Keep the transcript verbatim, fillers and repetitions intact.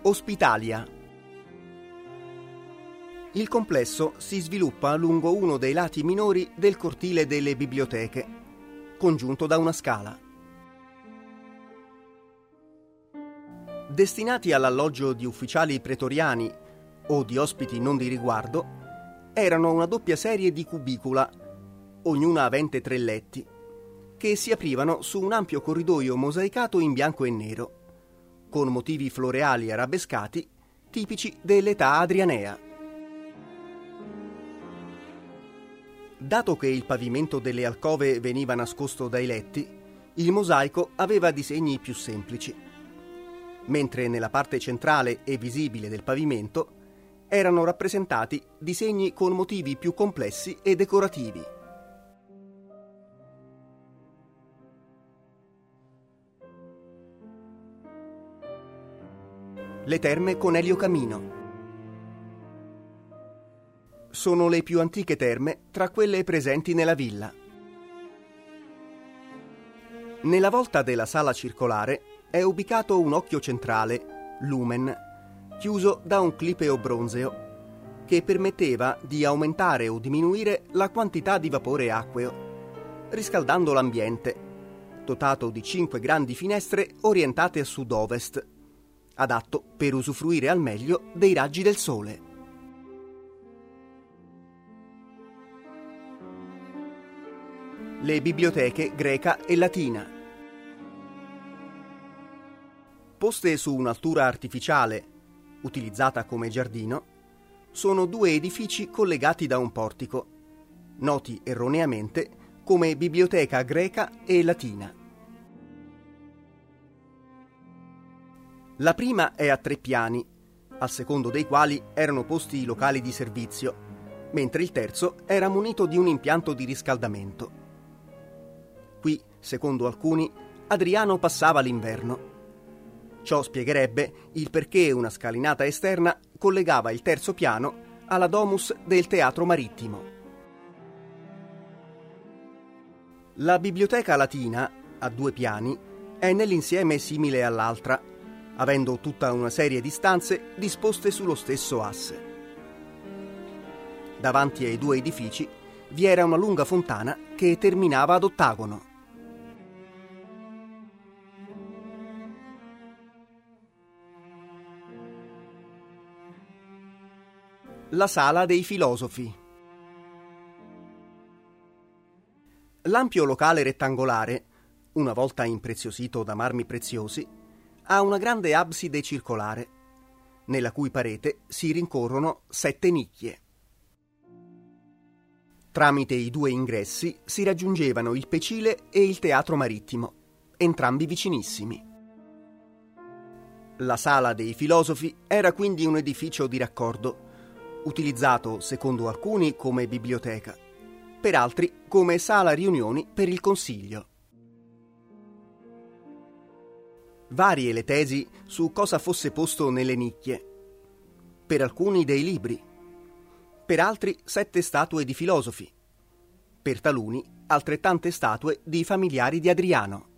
Ospitalia. Il complesso si sviluppa lungo uno dei lati minori del cortile delle biblioteche, congiunto da una scala. Destinati all'alloggio di ufficiali pretoriani o di ospiti non di riguardo, erano una doppia serie di cubicula, ognuna avente tre letti, che si aprivano su un ampio corridoio mosaicato in bianco e nero, con motivi floreali arabescati tipici dell'età adrianea. Dato che il pavimento delle alcove veniva nascosto dai letti, il mosaico aveva disegni più semplici, mentre nella parte centrale e visibile del pavimento erano rappresentati disegni con motivi più complessi e decorativi. Le terme Conelio Camino. Sono le più antiche terme tra quelle presenti nella villa. Nella volta della sala circolare è ubicato un occhio centrale, lumen, chiuso da un clipeo bronzeo, che permetteva di aumentare o diminuire la quantità di vapore acqueo, riscaldando l'ambiente, dotato di cinque grandi finestre orientate a sud-ovest, adatto per usufruire al meglio dei raggi del sole. Le biblioteche greca e latina. Poste su un'altura artificiale, utilizzata come giardino, sono due edifici collegati da un portico, noti erroneamente come biblioteca greca e latina. La prima è a tre piani, al secondo dei quali erano posti i locali di servizio, mentre il terzo era munito di un impianto di riscaldamento. Qui, secondo alcuni, Adriano passava l'inverno. Ciò spiegherebbe il perché una scalinata esterna collegava il terzo piano alla domus del Teatro Marittimo. La biblioteca latina, a due piani, è nell'insieme simile all'altra, avendo tutta una serie di stanze disposte sullo stesso asse. Davanti ai due edifici vi era una lunga fontana che terminava ad ottagono. La sala dei filosofi. L'ampio locale rettangolare, una volta impreziosito da marmi preziosi, ha una grande abside circolare, nella cui parete si rincorrono sette nicchie. Tramite i due ingressi si raggiungevano il Pecile e il Teatro Marittimo, entrambi vicinissimi. La Sala dei Filosofi era quindi un edificio di raccordo, utilizzato secondo alcuni come biblioteca, per altri come sala riunioni per il Consiglio. Varie le tesi su cosa fosse posto nelle nicchie. Per alcuni dei libri, per altri sette statue di filosofi, per taluni altrettante statue di familiari di Adriano.